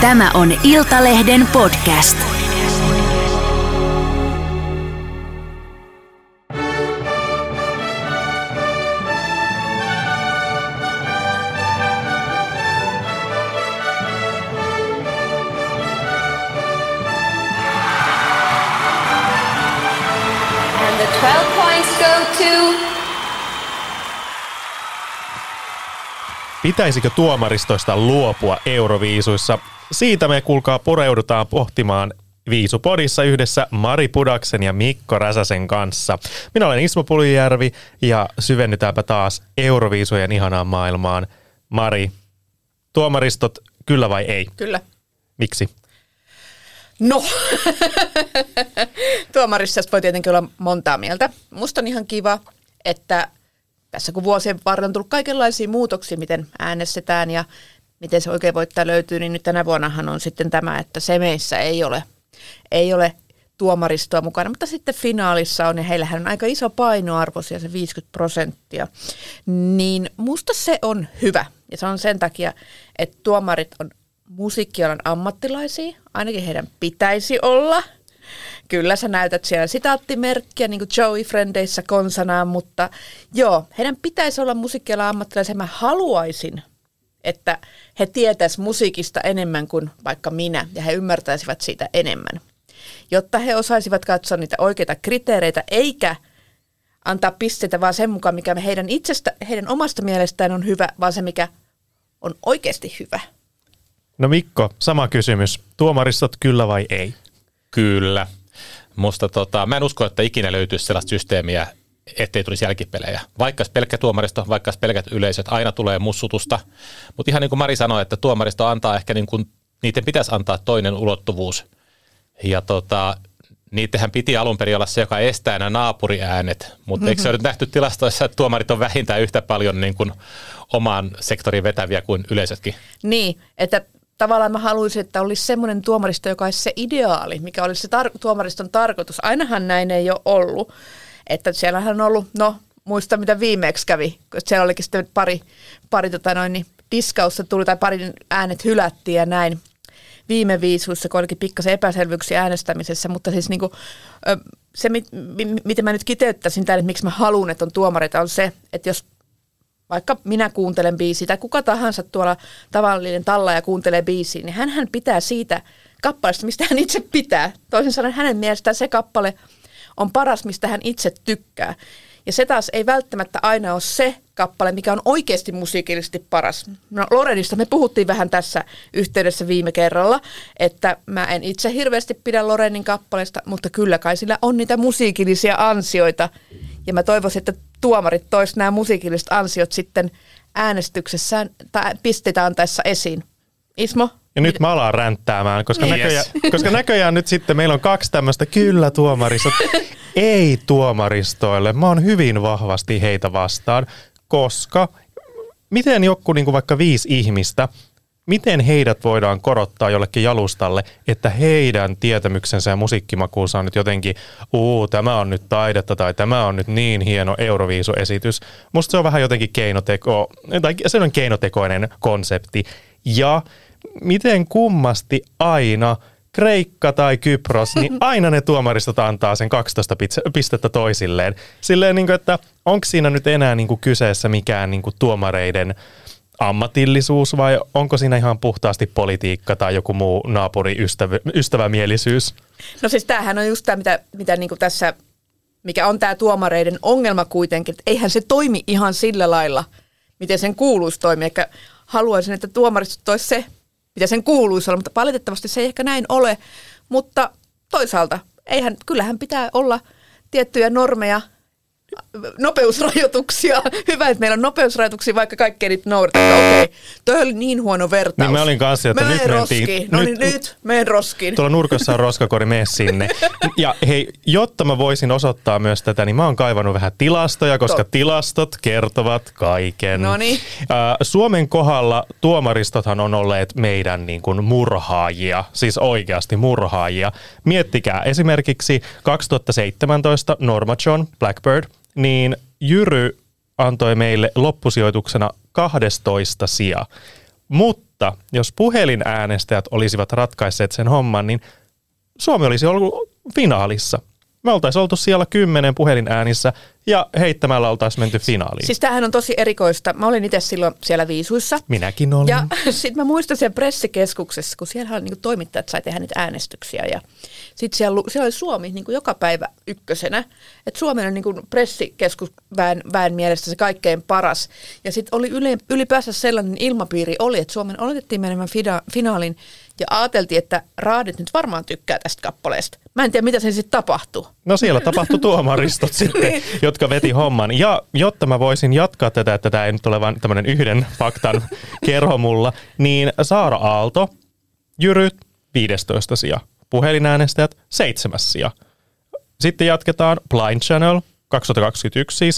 Tämä on Iltalehden podcast. And the 12 points go to... Pitäisikö tuomaristoista luopua Euroviisuissa? Siitä me kuulkaa pureudutaan pohtimaan Viisupodissa yhdessä Mari Pudaksen ja Mikko Räsäsen kanssa. Minä olen Ismo Puljujärvi ja syvennytäänpä taas Euroviisujen ihanaan maailmaan. Mari, tuomaristot kyllä vai ei? Kyllä. Miksi? No, tuomaristasta voi tietenkin olla montaa mieltä. Musta on ihan kiva, että tässä kun vuosien varrella on tullut kaikenlaisia muutoksia, miten äänestetään ja miten se oikein voittaja löytyy, niin nyt tänä vuonnahan on sitten tämä, että semeissä ei ole tuomaristoa mukana, mutta sitten finaalissa on, ja heillähän on aika iso painoarvo siellä se 50%, niin musta se on hyvä, ja se on sen takia, että tuomarit on musiikkialan ammattilaisia, ainakin heidän pitäisi olla. Kyllä sä näytät siellä sitaattimerkkiä, niin kuin Joey Frendeissä konsanaan, mutta joo, heidän pitäisi olla musiikkialan ammattilaisia. Mä haluaisin, että he tietäisivät musiikista enemmän kuin vaikka minä, ja he ymmärtäisivät siitä enemmän. Jotta he osaisivat katsoa niitä oikeita kriteereitä, eikä antaa pisteitä vaan sen mukaan, mikä heidän omasta mielestään on hyvä, vaan se, mikä on oikeasti hyvä. No Mikko, sama kysymys. Tuomaristot kyllä vai ei? Kyllä. Musta mä en usko, että ikinä löytyisi sellaista systeemiä, ettei tulisi jälkipelejä. Vaikka pelkkä tuomaristo, vaikka pelkät yleisöt, aina tulee mussutusta. Mutta ihan niin kuin Mari sanoi, että tuomaristo antaa ehkä niin kuin, niiden pitäisi antaa toinen ulottuvuus. Ja niidenhän piti alun perin olla se, joka estää nämä naapuriäänet. Mutta eikö se ole nyt nähty tilastoissa, että tuomarit on vähintään yhtä paljon niin kuin omaan sektoriin vetäviä kuin yleisötkin? Niin, että tavallaan mä haluaisin, että olisi semmoinen tuomaristo, joka olisi se ideaali, mikä olisi se tuomariston tarkoitus. Ainahan näin ei ole ollut. Että siellähän on ollut, muista mitä viimeksi kävi, kun siellä olikin sitten pari diskausta tuli tai parin äänet hylättiin ja näin viime viisuissa, kun olikin pikkasen epäselvyyksiä äänestämisessä, mutta siis niinku, se, miten mä nyt kiteyttäisin tämän, että miksi mä haluan, että on tuomareita, on se, että jos vaikka minä kuuntelen biisiä tai kuka tahansa tuolla tavallinen tallaaja kuuntelee biisiä, niin hän pitää siitä kappaleesta, mistä hän itse pitää. Toisin sanoen hänen mielestään se kappale on paras, mistä hän itse tykkää. Ja se taas ei välttämättä aina ole se kappale, mikä on oikeasti musiikillisesti paras. No Lorenista me puhuttiin vähän tässä yhteydessä viime kerralla, että mä en itse hirveästi pidä Lorenin kappaleesta, mutta kyllä kai sillä on niitä musiikillisia ansioita. Ja mä toivoisin, että tuomarit tois nämä musiikilliset ansiot sitten äänestyksessään tai pisteitä antaessa esiin. Ismo? Ja nyt mä alan ränttäämään, koska näköjään nyt sitten meillä on kaksi tämmöistä kyllä tuomaristot, ei tuomaristoille. Mä oon hyvin vahvasti heitä vastaan, koska miten joku niin kuin vaikka 5 ihmistä, miten heidät voidaan korottaa jollekin jalustalle, että heidän tietämyksensä ja musiikkimakuunsa on nyt jotenkin, tämä on nyt taidetta tai tämä on nyt niin hieno Euroviisuesitys. Musta se on vähän jotenkin keinotekoinen konsepti. Ja miten kummasti aina Kreikka tai Kypros, niin aina ne tuomaristot antaa sen 12 pistettä toisilleen. Silleen, että onko siinä nyt enää kyseessä mikään tuomareiden ammatillisuus vai onko siinä ihan puhtaasti politiikka tai joku muu naapuriystävämielisyys? No siis tämähän on just tämä, mitä tässä, mikä on tämä tuomareiden ongelma kuitenkin, että eihän se toimi ihan sillä lailla, miten sen kuuluisi toimia. Eikä haluaisin, että tuomaristot toisi se, mitä sen kuuluisi olla, mutta valitettavasti se ei ehkä näin ole. Mutta toisaalta, kyllähän pitää olla tiettyjä normeja, nopeusrajoituksia. Hyvä, että meillä on nopeusrajoituksia, vaikka kaikkea niitä noudatetaan. Okei, toi oli niin huono vertaus. Niin mä olin kanssa, että nyt mentiin. Nyt menen roskiin. Tuolla nurkassa on roskakori, mene sinne. Ja hei, jotta mä voisin osoittaa myös tätä, niin mä oon kaivannut vähän tilastoja, koska tilastot kertovat kaiken. Noniin. Suomen kohdalla tuomaristothan on olleet meidän niin kuin murhaajia, siis oikeasti murhaajia. Miettikää esimerkiksi 2017 Norma John Blackbird, niin Jyry antoi meille loppusijoituksena 12 sija. Mutta mutta jos puhelinäänestäjät olisivat ratkaisseet sen homman, niin Suomi olisi ollut finaalissa. Me oltaisiin oltu siellä 10 puhelinäänissä ja heittämällä oltaisiin menty finaaliin. Siis tämähän on tosi erikoista. Mä olin itse silloin siellä Viisuissa. Minäkin olin. Ja sitten mä muistan siellä pressikeskuksessa, kun siellä oli niin toimittajat sai tehdä niitä äänestyksiä. Ja sitten siellä oli Suomi niin joka päivä ykkösenä. Että Suomi on niin pressikeskusväen mielestä se kaikkein paras. Ja sitten oli ylipäänsä sellainen ilmapiiri oli, että Suomen oletettiin menemään finaalin. Ja ajateltiin, että raadit nyt varmaan tykkää tästä kappaleesta. Mä en tiedä, mitä sen sitten tapahtuu. No siellä tapahtui tuomaristot sitten, jotka veti homman. Ja jotta mä voisin jatkaa tätä, että tämä ei nyt ole vain tämmöinen yhden faktan kerho mulla, niin Saara Aalto, jyryt 15 sija, puhelinäänestäjät 7 sija. Sitten jatketaan Blind Channel 2021 siis,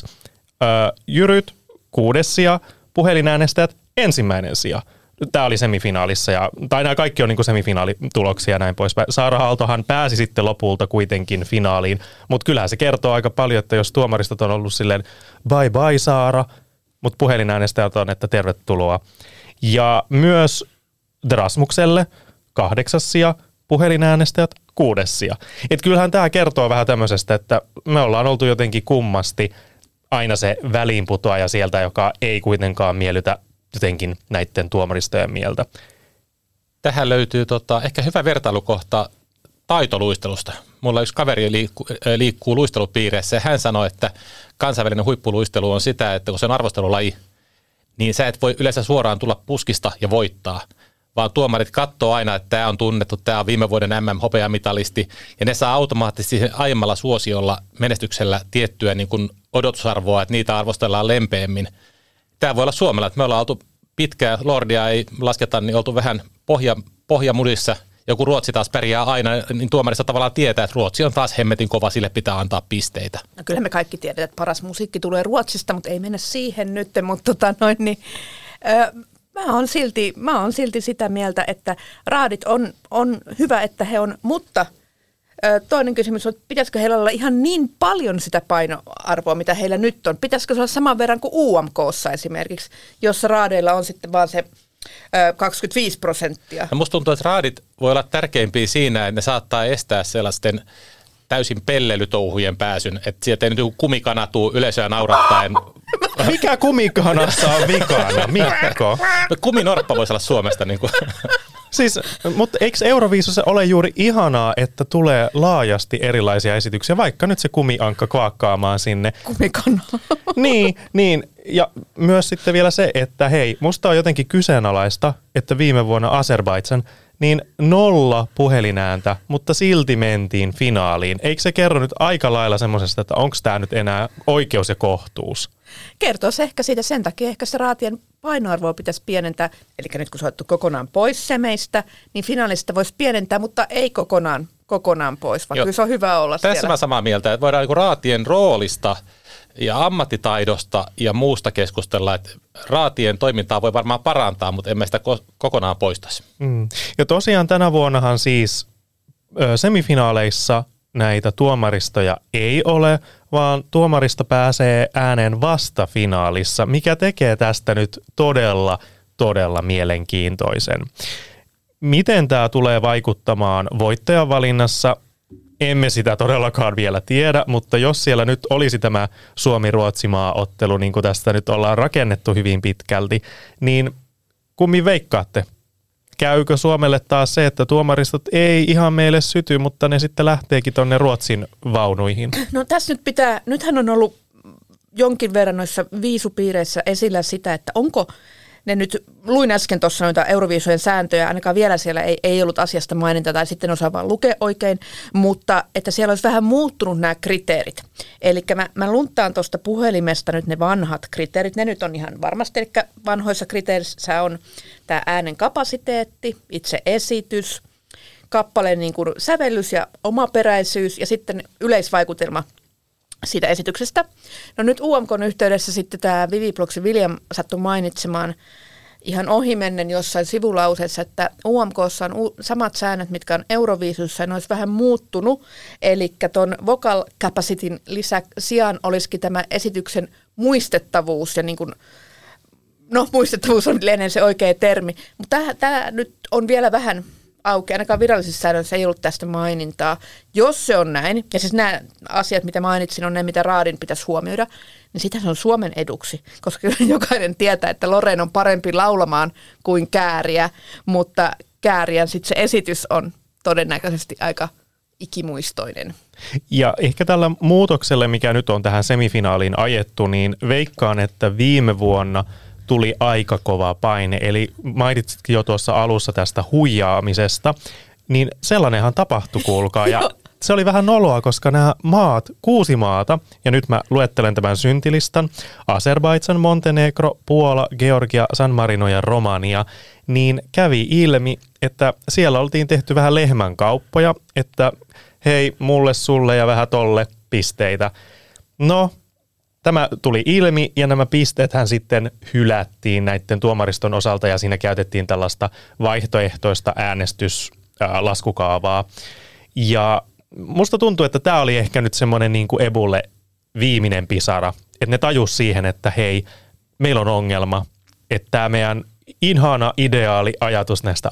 jyryt 6 sija, puhelinäänestäjät 1. sija. Tämä oli semifinaalissa, tai nämä kaikki on niin kuin semifinaalituloksia ja näin poispäin. Saara Aaltohan pääsi sitten lopulta kuitenkin finaaliin, mutta kyllähän se kertoo aika paljon, että jos tuomaristot on ollut silleen bye bye Saara, mutta puhelinäänestäjät on, että tervetuloa. Ja myös Rasmukselle 8 sija, puhelinäänestäjät 6 sija. Et kyllähän tämä kertoo vähän tämmöisestä, että me ollaan oltu jotenkin kummasti aina se väliinputoaja sieltä, joka ei kuitenkaan miellytä jotenkin näiden tuomaristojen mieltä. Tähän löytyy ehkä hyvä vertailukohta taitoluistelusta. Mulla yksi kaveri liikkuu luistelupiireissä ja hän sanoi, että kansainvälinen huippuluistelu on sitä, että kun se on arvostelulaji, niin sä et voi yleensä suoraan tulla puskista ja voittaa, vaan tuomarit katsoo aina, että tämä on tunnettu, tämä on viime vuoden MM-hopeamitalisti ja ne saa automaattisesti aiemmalla suosiolla menestyksellä tiettyä niin kuin odotusarvoa, että niitä arvostellaan lempeämmin. Tämä voi olla Suomella, että me ollaan oltu pitkään, Lordia ei lasketa, niin oltu vähän pohjamudissa. Joku Ruotsi taas pärjää aina, niin tuomarissa tavallaan tietää, että Ruotsi on taas hemmetin kova, sille pitää antaa pisteitä. No kyllä me kaikki tiedetään, että paras musiikki tulee Ruotsista, mutta ei mennä siihen nyt. Mutta mä oon silti sitä mieltä, että raadit on hyvä, että he on, mutta toinen kysymys on, että pitäisikö heillä olla ihan niin paljon sitä painoarvoa, mitä heillä nyt on? Pitäisikö se olla saman verran kuin UMK:ssa esimerkiksi, jossa raadeilla on sitten vaan se 25%? No musta tuntuu, että raadit voi olla tärkeimpiä siinä, että ne saattaa estää sellaisten täysin pellelytouhujen pääsyn, että sieltä ei nyt joku kumikana tuu yleisöä naurattaen. Mikä kumikanassa on vikana, Mikko? No, kuminorppa voisi olla Suomesta. Niin kuin. Siis, mutta eikö Euroviisussa ole juuri ihanaa, että tulee laajasti erilaisia esityksiä, vaikka nyt se kumiankka kvaakkaamaan sinne. Kumikana. Niin. Ja myös sitten vielä se, että hei, musta on jotenkin kyseenalaista, että viime vuonna Azerbaidžan niin 0 puhelinääntä, mutta silti mentiin finaaliin. Eikö se kerro nyt aika lailla semmoisesta, että onko tämä nyt enää oikeus ja kohtuus? Kertoo se ehkä siitä, sen takia ehkä se raatien painoarvoa pitäisi pienentää. Eli nyt kun se on otettu kokonaan pois semeistä, niin finaalista voisi pienentää, mutta ei kokonaan pois, vaan kyllä se on hyvä olla tässä siellä. Mä samaa mieltä, että voidaan raatien roolista ja ammattitaidosta ja muusta keskustella, että raatien toimintaa voi varmaan parantaa, mutta emme sitä kokonaan poistaisi. Ja tosiaan tänä vuonnahan siis semifinaaleissa näitä tuomaristoja ei ole, vaan tuomaristo pääsee ääneen vasta finaalissa, mikä tekee tästä nyt todella mielenkiintoisen. Miten tämä tulee vaikuttamaan voittajan valinnassa? Emme sitä todellakaan vielä tiedä, mutta jos siellä nyt olisi tämä Suomi-Ruotsi-maaottelu, niin kuin tästä nyt ollaan rakennettu hyvin pitkälti, niin kummin veikkaatte? Käykö Suomelle taas se, että tuomaristot ei ihan meille syty, mutta ne sitten lähteekin tuonne Ruotsin vaunuihin? No tässä nythän on ollut jonkin verran noissa viisupiireissä esillä sitä, että onko ne nyt, luin äsken tuossa noita Euroviisujen sääntöjä, ainakaan vielä siellä ei ollut asiasta maininta tai sitten osaa vaan lukea oikein, mutta että siellä olisi vähän muuttunut nämä kriteerit. Eli mä lunttaan tuosta puhelimesta nyt ne vanhat kriteerit, ne nyt on ihan varmasti, eli vanhoissa kriteerissä on tämä äänen kapasiteetti, itse esitys, kappaleen niin kuin sävellys ja omaperäisyys ja sitten yleisvaikutelma siitä esityksestä. No nyt UMK:n yhteydessä sitten tämä Vivi Bloksi William sattui mainitsemaan ihan ohimennen jossain sivulauseessa, että UMK:ssa on samat säännöt, mitkä on Euroviisussa, ja ne olisi vähän muuttunut. Eli ton vocal capacityn sijaan olisikin tämä esityksen muistettavuus ja niin kuin no muistettavuus on lienee se oikea termi, mutta tämä nyt on vielä vähän auki, ainakaan virallisissa säännöissä ei ollut tästä mainintaa. Jos se on näin, ja siis nämä asiat, mitä mainitsin, on ne, mitä raadin pitäisi huomioida, niin sitä se on Suomen eduksi, koska jokainen tietää, että Loreen on parempi laulamaan kuin Kääriä, mutta Kääriän sitten se esitys on todennäköisesti aika ikimuistoinen. Ja ehkä tällä muutoksella, mikä nyt on tähän semifinaaliin ajettu, niin veikkaan, että viime vuonna tuli aika kova paine. Eli mainitsitkin jo tuossa alussa tästä huijaamisesta, niin sellainenhan tapahtui, kuulkaa. Ja se oli vähän noloa, koska nämä maat, 6 maata, ja nyt mä luettelen tämän syntilistan, Azerbaidžan, Montenegro, Puola, Georgia, San Marino ja Romania, niin kävi ilmi, että siellä oltiin tehty vähän lehmänkauppoja, että hei, mulle, sulle ja vähän tolle pisteitä. No, tämä tuli ilmi ja nämä pisteethän sitten hylättiin näiden tuomariston osalta ja siinä käytettiin tällaista vaihtoehtoista äänestyslaskukaavaa. Ja musta tuntuu, että tämä oli ehkä nyt semmoinen niin kuin Ebulle viimeinen pisara, että ne tajus siihen, että hei, meillä on ongelma, että tämä meidän ihana ideaali ajatus näistä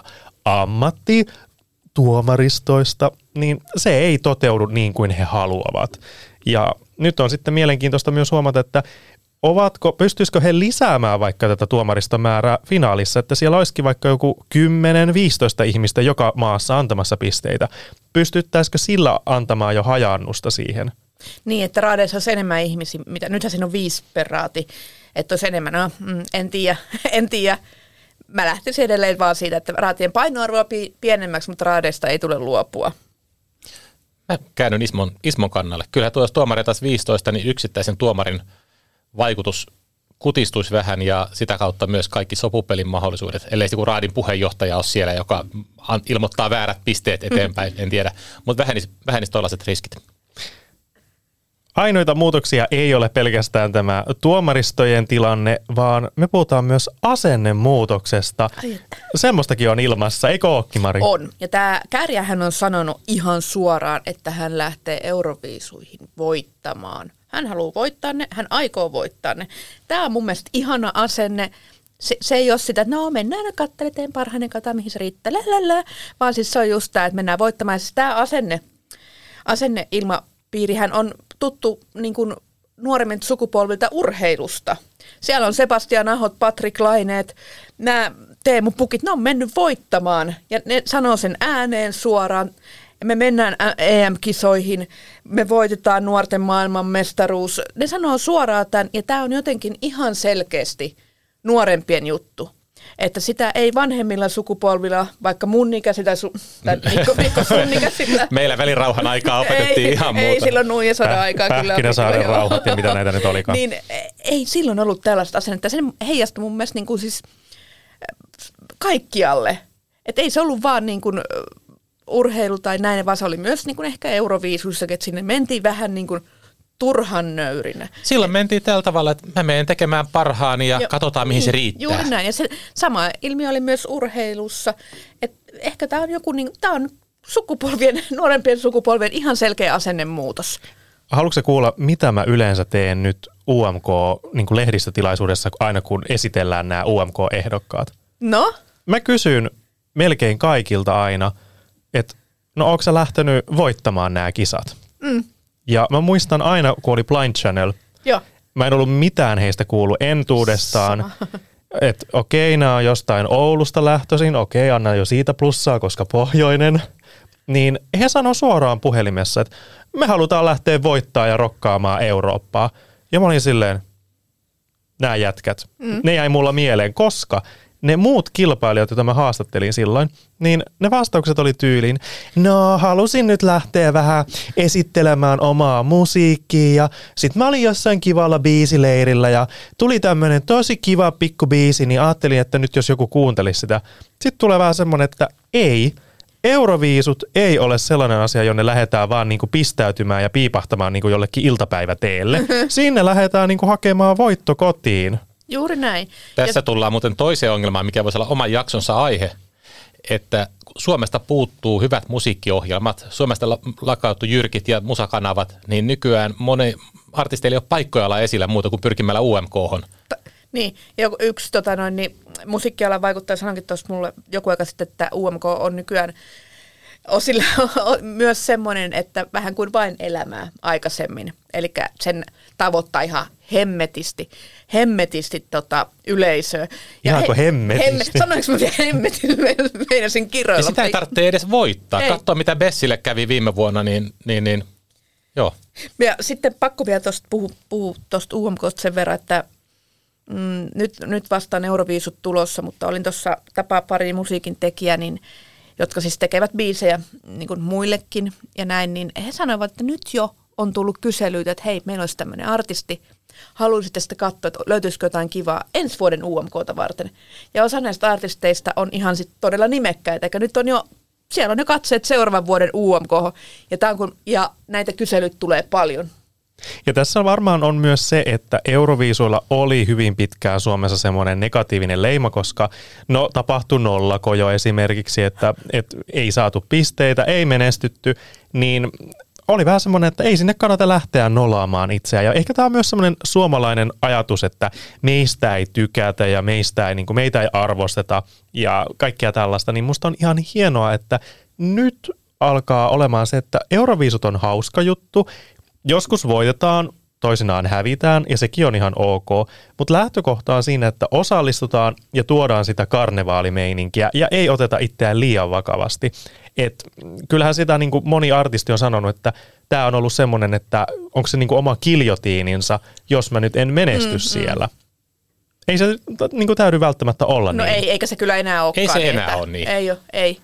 ammattituomaristoista, niin se ei toteudu niin kuin he haluavat. Ja nyt on sitten mielenkiintoista myös huomata, että pystyisikö he lisäämään vaikka tätä tuomariston määrää finaalissa, että siellä olisikin vaikka joku 10-15 ihmistä joka maassa antamassa pisteitä. Pystyttäisikö sillä antamaan jo hajannusta siihen? Niin, että raadeissa olisi enemmän ihmisiä, nythän siinä on 5 per raati, että olisi enemmän, no, en tiedä. Mä lähtisin edelleen vaan siitä, että raatien painoarvoa pienemmäksi, mutta raadeista ei tule luopua. Mä käännyn Ismon kannalle. Kyllä tuossa tuomareita 15, niin yksittäisen tuomarin vaikutus kutistuisi vähän ja sitä kautta myös kaikki sopupelin mahdollisuudet, ellei se kun raadin puheenjohtaja ole siellä, joka ilmoittaa väärät pisteet eteenpäin, en tiedä, mutta vähennisi tollaiset riskit. Ainoita muutoksia ei ole pelkästään tämä tuomaristojen tilanne, vaan me puhutaan myös asennemuutoksesta. Semmoistakin on ilmassa, eikö ookin, Mari? On. Ja tämä Kääriähän on sanonut ihan suoraan, että hän lähtee Euroviisuihin voittamaan. Hän haluaa voittaa ne, hän aikoo voittaa ne. Tämä on mun mielestä ihana asenne. Se ei ole sitä, että no mennään ja katteleteen parhainen kata, mihin se riittää, vaan siis se on just tämä, että mennään voittamaan. Siis tämä asenneilmapiirihän on tuttu niin kuin nuoremmin sukupolvilta urheilusta. Siellä on Sebastian Ahot, Patrik Laineet, nämä Teemu Pukit, ne on mennyt voittamaan ja ne sanoo sen ääneen suoraan. Me mennään EM-kisoihin, me voitetaan nuorten maailmanmestaruus. Ne sanoo suoraan tämän ja tämä on jotenkin ihan selkeästi nuorempien juttu. Että sitä ei vanhemmilla sukupolvilla, vaikka mun ikäisillä tai Mikko sun ikäisillä. Meillä välirauhan aikaa opetettiin ihan muuta. Ei silloin nuija sodan aikaa kyllä. Pähkinäsaaren rauhat ja mitä näitä nyt olikaan. Niin ei silloin ollut tällaista asennetta. Se heijastui mun mielestä niin kuin siis kaikkialle. Että ei se ollut vaan niin kuin urheilu tai näin, vaan se oli myös niin kuin ehkä Euroviisuissakin, että sinne mentiin vähän niin kuin turhan nöyrinä. Silloin mentiin tällä tavalla, että mä menen tekemään parhaani ja katsotaan, mihin se riittää. Juuri näin. Ja se sama ilmiö oli myös urheilussa. Että ehkä tämä on tämä on nuorempien sukupolvien ihan selkeä asennemuutos. Haluatko kuulla, mitä mä yleensä teen nyt UMK-lehdistötilaisuudessa aina kun esitellään nämä UMK-ehdokkaat? No? Mä kysyn melkein kaikilta aina, että no ootko sä lähtenyt voittamaan nämä kisat? Ja mä muistan aina, kun oli Blind Channel, Joo. Mä en ollut mitään heistä kuullut entuudestaan, että okei, nämä on jostain Oulusta lähtöisin, okei, anna jo siitä plussaa, koska pohjoinen. Niin he sanoi suoraan puhelimessa, että me halutaan lähteä voittaa ja rokkaamaan Eurooppaa. Ja mä olin silleen, nämä jätkät, ne jäi mulla mieleen, koska ne muut kilpailijat, joita mä haastattelin silloin, niin ne vastaukset oli tyyliin, no halusin nyt lähteä vähän esittelemään omaa musiikkia ja sit mä olin jossain kivalla biisileirillä ja tuli tämmönen tosi kiva pikku biisi, niin ajattelin, että nyt jos joku kuuntelisi sitä. Sitten tulee vähän semmonen, että ei, Euroviisut ei ole sellainen asia, jonne lähdetään vaan niinku pistäytymään ja piipahtamaan niinku jollekin iltapäiväteelle. Sinne lähdetään niinku hakemaan voitto kotiin. Juuri näin. Tässä tullaan muuten toiseen ongelmaan, mikä voisi olla oman jaksonsa aihe, että Suomesta puuttuu hyvät musiikkiohjelmat, Suomesta lakautuu jyrkit ja musakanavat, niin nykyään moni artisteilla ei ole paikkoja olla esillä muuta kuin pyrkimällä UMK:hon. Niin, ja yksi niin musiikkialan vaikuttaja sanoikin tuossa mulle joku aika sitten, että UMK on nykyään osilla myös semmoinen, että vähän kuin vain elämää aikaisemmin. Eli sen tavoittaa ihan hemmetisti yleisöä. Ihanko hemmetisti? Sanoinko mä vielä hemmetisti? Meinasin kiroilla. Ja sitä ei tarvitse edes voittaa. Katsoa, mitä Bessille kävi viime vuonna, niin joo. Ja sitten pakko vielä puhua tuosta UMK:sta sen verran, että nyt vastaan Euroviisut tulossa, mutta olin tuossa tapaa pari musiikin tekijää, jotka siis tekevät biisejä niin kuin muillekin ja näin, niin he sanoivat, että nyt jo on tullut kyselyitä, että hei, meillä olisi tämmöinen artisti, haluaisitte sitten katsoa, että löytyisikö jotain kivaa ensi vuoden UMK:ta varten. Ja osa näistä artisteista on ihan sitten todella nimekkäitä, eikä nyt on jo, siellä on jo katseet seuraavan vuoden UMK, ja näitä kyselyitä tulee paljon. Ja tässä varmaan on myös se, että Euroviisuilla oli hyvin pitkään Suomessa semmoinen negatiivinen leima, koska tapahtui nollakojo esimerkiksi, että ei saatu pisteitä, ei menestytty, niin oli vähän semmoinen, että ei sinne kannata lähteä nolaamaan itseään. Ja ehkä tämä on myös semmoinen suomalainen ajatus, että meistä ei tykätä ja meitä ei arvosteta ja kaikkea tällaista, niin musta on ihan hienoa, että nyt alkaa olemaan se, että Euroviisut on hauska juttu. Joskus voitetaan, toisinaan hävitään ja sekin on ihan ok, mutta lähtökohta on siinä, että osallistutaan ja tuodaan sitä karnevaalimeininkiä ja ei oteta itseään liian vakavasti. Et kyllähän sitä niin kuin moni artisti on sanonut, että tämä on ollut semmoinen, että onko se niin kuin oma kiljotiininsa, jos mä nyt en menesty siellä. Ei se niin kuin täydy välttämättä olla niin. Ei, eikä se kyllä enää olekaan. Ei se enää ole niin. Ei ole, ei.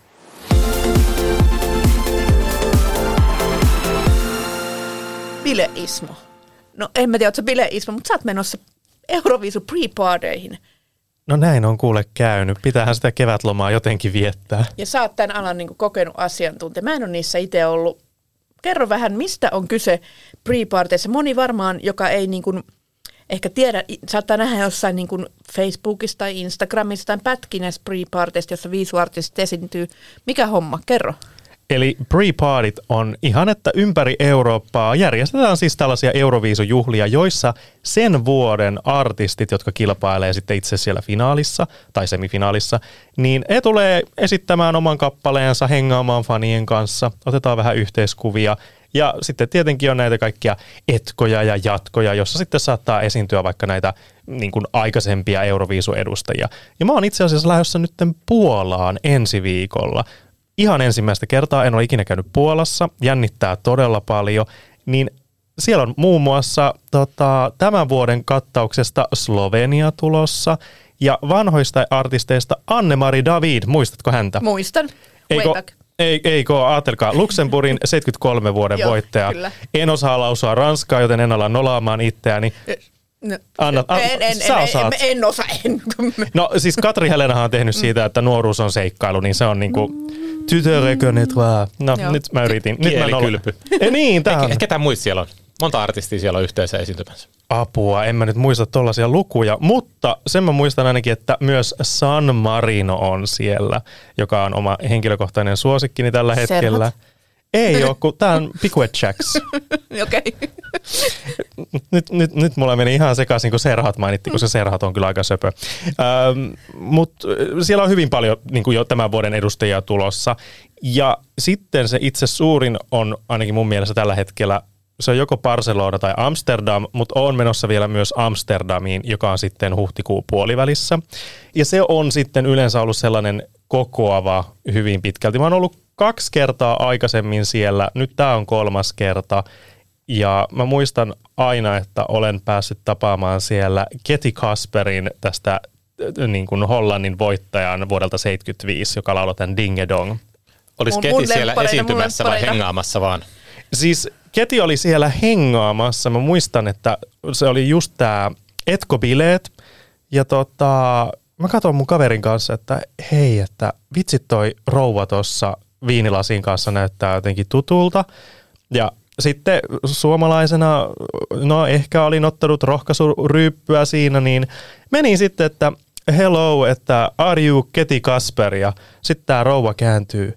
Bileismo. No en mä tiedä, ootko sä bileismo, mutta sä oot menossa Euroviisu pre-parteihin. No näin on kuule käynyt. Pitäähän sitä kevätlomaa jotenkin viettää. Ja sä oot tämän alan niin kokenut asiantuntija. Mä en ole niissä itse ollut. Kerro vähän, mistä on kyse pre-parteissa. Moni varmaan, joka ei niin kuin ehkä tiedä, saattaa nähdä jossain niin kuin Facebookissa tai Instagramissa tai pätkinässä pre-parteista, jossa 5 artistit esiintyy. Mikä homma? Kerro. Eli pre-partit on ihan, että ympäri Eurooppaa järjestetään siis tällaisia Euroviisujuhlia, joissa sen vuoden artistit, jotka kilpailee sitten itse siellä finaalissa tai semifinaalissa, niin he tulee esittämään oman kappaleensa, hengaamaan fanien kanssa, otetaan vähän yhteiskuvia. Ja sitten tietenkin on näitä kaikkia etkoja ja jatkoja, jossa sitten saattaa esiintyä vaikka näitä niin kuin aikaisempia Euroviisuedustajia. Ja mä oon itse asiassa lähdössä nytten Puolaan ensi viikolla. Ihan ensimmäistä kertaa, en ole ikinä käynyt Puolassa, jännittää todella paljon, niin siellä on muun muassa tämän vuoden kattauksesta Slovenia tulossa ja vanhoista artisteista Anne-Marie David, muistatko häntä? Muistan, Eikö, ajatelkaa, Luxemburgin 73 vuoden voittaja. Kyllä. En osaa lausua ranskaa, joten en ala nolaamaan itseäni. En osaa. No siis Katri Helenahan on tehnyt siitä, että nuoruus on seikkailu, niin se on niinku tu te reconnaîtras. No joo. Nyt mä yritin. Kielikylpy. Niin, tähän. Ketä muista siellä on? Monta artistia siellä on yhteensä esiintymässä. Apua, en mä nyt muista tollaisia lukuja, mutta sen mä muistan ainakin, että myös San Marino on siellä, joka on oma henkilökohtainen suosikkini tällä hetkellä. Serhat? Ei ole, kun tää on Piquet Jacks. Okei. Nyt mulla meni ihan sekaisin, kun Serhat mainittiin, kun se Serhat on kyllä aika söpö. Mutta siellä on hyvin paljon niin kuin jo tämän vuoden edustajia tulossa. Ja sitten se itse suurin on ainakin mun mielestä tällä hetkellä, se on joko Barcelona tai Amsterdam, mutta on menossa vielä myös Amsterdamiin, joka on sitten huhtikuun puolivälissä. Ja se on sitten yleensä ollut sellainen kokoava hyvin pitkälti. Mä oon ollut 2 kertaa aikaisemmin siellä, nyt tää on 3. kerta. Ja mä muistan aina, että olen päässyt tapaamaan siellä Keti Kasperin, tästä niin kuin Hollannin voittajan vuodelta 1975, joka lauloi tämän Ding-a-Dong. Olisi Keti siellä esiintymässä vai hengaamassa vaan? Siis Keti oli siellä hengaamassa. Mä muistan, että se oli just tää etkobileet. Ja mä katson mun kaverin kanssa, että hei, että vitsit toi rouva tossa viinilasin kanssa näyttää jotenkin tutulta. Ja sitten suomalaisena, no ehkä olin ottanut rohkaisuryyppyä siinä, niin menin sitten, että hello, että are you Keti Kasper? Ja sitten tämä rouva kääntyy,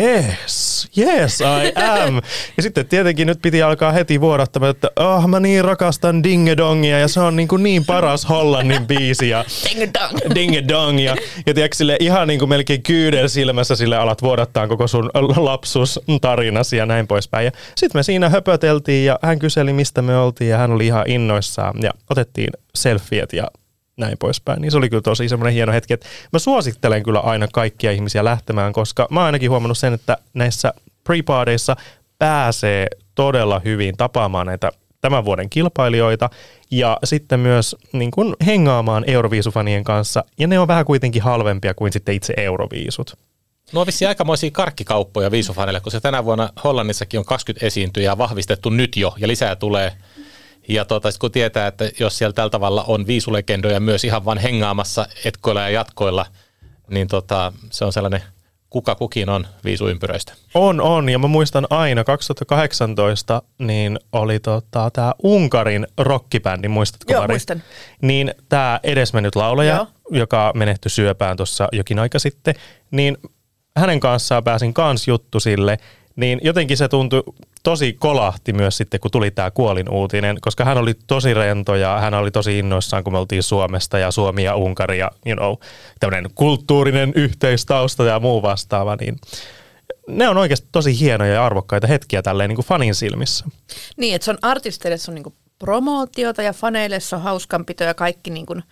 yes, I am. Ja sitten tietenkin nyt piti alkaa heti vuodattamaan, että mä niin rakastan Dingedongia ja se on niin paras Hollannin biisi. Ja Dingedong. Ja tiedätkö, sille ihan niin kuin melkein kyydel silmässä sille alat vuodattaa koko sun lapsuustarinasi ja näin poispäin. Ja sitten me siinä höpöteltiin ja hän kyseli, mistä me oltiin ja hän oli ihan innoissaan ja otettiin selfiet ja näin poispäin. Niin se oli kyllä tosi semmoinen hieno hetki, että mä suosittelen kyllä aina kaikkia ihmisiä lähtemään, koska mä oon ainakin huomannut sen, että näissä pre-pardeissa pääsee todella hyvin tapaamaan näitä tämän vuoden kilpailijoita ja sitten myös niin kuin hengaamaan Euroviisufanien kanssa ja ne on vähän kuitenkin halvempia kuin sitten itse Euroviisut. No on vissiin aikamoisia karkkikauppoja viisufaneille, koska tänä vuonna Hollannissakin on 20 esiintyjää vahvistettu nyt jo ja lisää tulee. Ja kun tietää, että jos siellä tällä tavalla on viisulegendoja myös ihan vaan hengaamassa etkoilla ja jatkoilla, niin se on sellainen kuka kukin on viisuympyröistä. On, ja mä muistan aina 2018, niin oli tämä Unkarin rockibändi, muistatko Joo, Mari? muistan. Niin tämä edesmennyt laulaja, Joo. joka menehtyi syöpään tuossa jokin aika sitten, niin hänen kanssaan pääsin kans juttu sille, niin jotenkin se tuntui tosi kolahti myös sitten, kun tuli tämä kuolinuutinen, koska hän oli tosi rento ja hän oli tosi innoissaan, kun me oltiin Suomesta ja Suomi ja Unkari ja tämmöinen kulttuurinen yhteistausta ja muu vastaava, niin ne on oikeasti tosi hienoja ja arvokkaita hetkiä tälleen niin kuin fanin silmissä. Niin, että se on artisteille se on niin kuin promootiota ja faneille se on hauskanpito ja kaikki niin kuin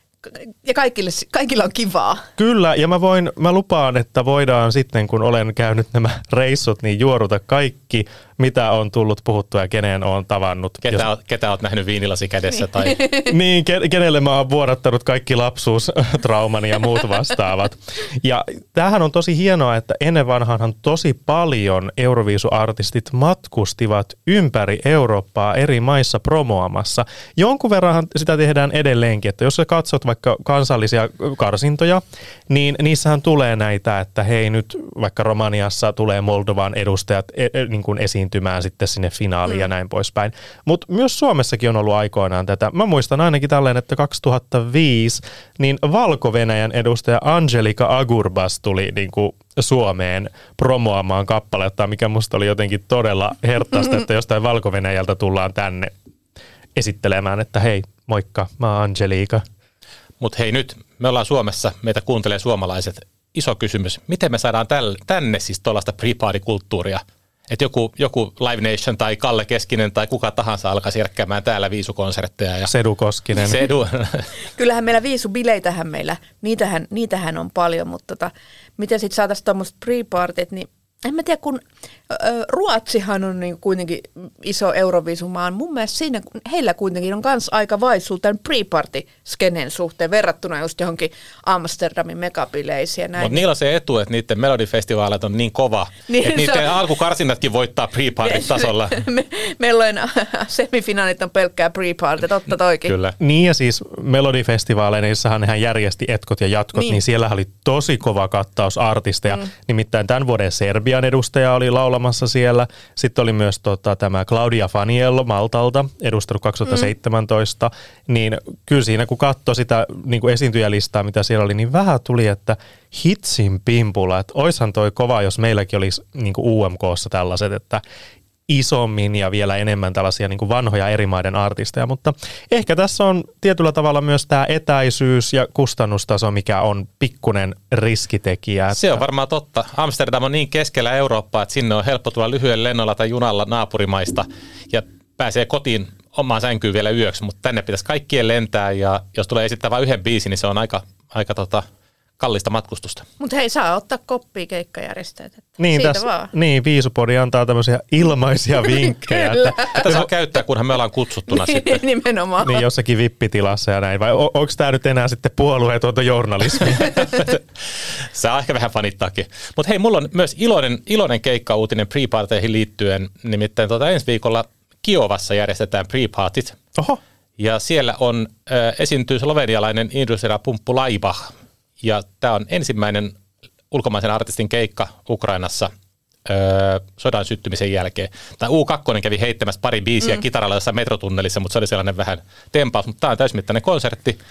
ja kaikilla on kivaa. Kyllä, ja mä lupaan, että voidaan sitten, kun olen käynyt nämä reissut, niin juoruta kaikki, mitä on tullut puhuttua ja keneen olen tavannut. Ketä olet nähnyt viinilasi kädessä? Tai... niin, kenelle mä oon vuodattanut kaikki lapsuustraumani ja muut vastaavat. Ja tämähän on tosi hienoa, että ennen vanhaanhan tosi paljon Euroviisuartistit matkustivat ympäri Eurooppaa eri maissa promoamassa. Jonkun verranhan sitä tehdään edelleenkin, että jos sä katsot vaikka kansallisia karsintoja, niin niissähän tulee näitä, että hei nyt vaikka Romaniassa tulee Moldovan edustajat niin kuin esiintymään sitten sinne finaaliin ja näin poispäin. Mutta myös Suomessakin on ollut aikoinaan tätä. Mä muistan ainakin tälleen, että 2005 niin Valko-Venäjän edustaja Angelika Agurbas tuli niin kuin Suomeen promoamaan kappaletta, mikä musta oli jotenkin todella herttaista, että jostain Valko-Venäjältä tullaan tänne esittelemään, että hei, moikka, mä oon Angelika. Mutta hei nyt, me ollaan Suomessa, meitä kuuntelee suomalaiset. Iso kysymys, miten me saadaan tänne siis tuollaista pre-party-kulttuuria? Että joku Live Nation tai Kalle Keskinen tai kuka tahansa alkaisi järkkäämään täällä viisukonsertteja. Ja Sedu Koskinen. Kyllähän meillä viisubileitähän niitähän on paljon, mutta miten sitten saataisiin tuommoiset pre-partit, niin en mä tiedä, kun Ruotsihan on niin kuitenkin iso Euroviisumaan. Mun mielestä siinä heillä kuitenkin on myös aika vaisulla tämän pre-party-skenen suhteen verrattuna just johonkin Amsterdamin megabileisiin. Mutta niillä on se etu, että niiden melodifestivaalit on niin kova, niin että niiden alkukarsinnatkin voittaa pre-party-tasolla. Meillä semifinaalit on pelkkää pre-party, totta toikin. Kyllä. Niin ja siis melodifestivaaleissahan nehän järjesti etkot ja jatkot, niin siellä oli tosi kova kattaus artisteja. Nimittäin tämän vuoden Serbian edustaja oli laulamassa siellä. Sitten oli myös tämä Claudia Faniello Maltalta, edustanut 2017. Niin kyllä siinä, kun katsoi sitä niin kuin esiintyjälistaa, mitä siellä oli, niin vähän tuli, että hitsin pimpula. Että oishan toi kova, jos meilläkin olisi niin kuin UMK:ssa tällaiset, että isommin ja vielä enemmän tällaisia niin kuin vanhoja eri maiden artisteja, mutta ehkä tässä on tietyllä tavalla myös tämä etäisyys ja kustannustaso, mikä on pikkunen riskitekijä. Se on varmaan totta. Amsterdam on niin keskellä Eurooppaa, että sinne on helppo tulla lyhyellä lennolla tai junalla naapurimaista ja pääsee kotiin omaan sänkyyn vielä yöksi, mutta tänne pitäisi kaikkien lentää ja jos tulee esittää vain yhden biisin, niin se on aika kallista matkustusta. Mutta hei, saa ottaa koppia keikkajärjestäjät. Niin, niin, Viisupodi antaa tämmöisiä ilmaisia vinkkejä. Tätä saa käyttää, kunhan me ollaan kutsuttuna sitten. Nimenomaan. Niin, jossakin vippitilassa ja näin. Vai onko tämä nyt enää sitten puolueetonta journalismia? Saa ehkä vähän fanittaakin. Mutta hei, mulla on myös iloinen keikka-uutinen pre-parteihin liittyen. Nimittäin ensi viikolla Kiovassa järjestetään pre-partit. Oho. Ja siellä esiintyy slovenialainen Indusera Pumppu Laibach. Ja tämä on ensimmäinen ulkomaisen artistin keikka Ukrainassa sodan syttymisen jälkeen. Tämä U2 kävi heittämässä pari biisiä kitaralla jossain metrotunnelissa, mutta se oli sellainen vähän tempaus. Mutta tämä on täysimittainen konsertti.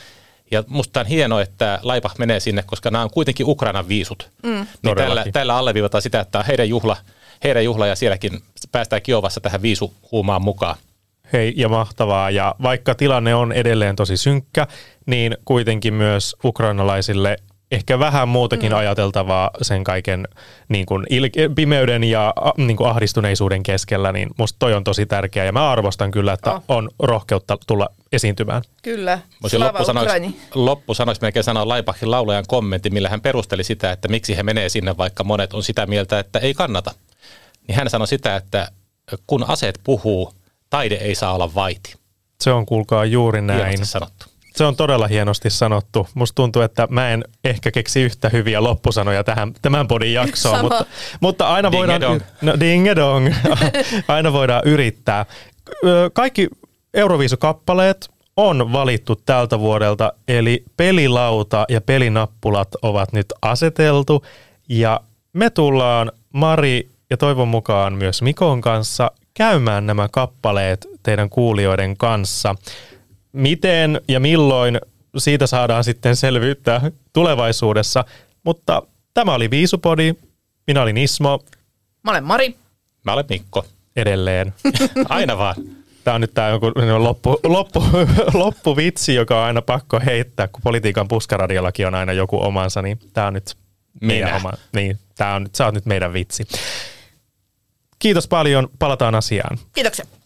Ja musta on hienoa, että Laibach menee sinne, koska nämä on kuitenkin Ukrainan viisut. Niin tällä alleviivataan sitä, että heidän juhla ja sielläkin päästään Kiovassa tähän viisuhuumaan mukaan. Hei, ja mahtavaa. Ja vaikka tilanne on edelleen tosi synkkä, niin kuitenkin myös ukrainalaisille ehkä vähän muutakin ajateltavaa sen kaiken niin kuin pimeyden ja niin kuin ahdistuneisuuden keskellä, niin musta toi on tosi tärkeää. Ja mä arvostan kyllä, että on rohkeutta tulla esiintymään. Kyllä. Loppusanoiksi melkein sanoa Laibachin laulajan kommentti, millä hän perusteli sitä, että miksi he menee sinne, vaikka monet on sitä mieltä, että ei kannata. Niin hän sanoi sitä, että kun aseet puhuu, taide ei saa olla vaiti. Se on, kuulkaa, juuri näin. Hienosti sanottu. Se on todella hienosti sanottu. Musta tuntuu, että mä en ehkä keksi yhtä hyviä loppusanoja tämän podin jaksoon, mutta aina voidaan... Ding-a-dong. Aina voidaan yrittää. Kaikki Euroviisukappaleet on valittu tältä vuodelta, eli pelilauta ja pelinappulat ovat nyt aseteltu, ja me tullaan Mari ja toivon mukaan myös Mikon kanssa käymään nämä kappaleet teidän kuulijoiden kanssa. Miten ja milloin, siitä saadaan sitten selvyyttä tulevaisuudessa, mutta tämä oli Viisupodi, minä olin Ismo. Mä olen Mari. Mä olen Mikko. Edelleen. Aina vaan. Tämä on nyt tämä joku loppuvitsi, joka on aina pakko heittää, kun politiikan puskaradiollakin on aina joku omansa, niin tämä on nyt meidän oma. Niin, sä oot nyt meidän vitsi. Kiitos paljon, palataan asiaan. Kiitoksia.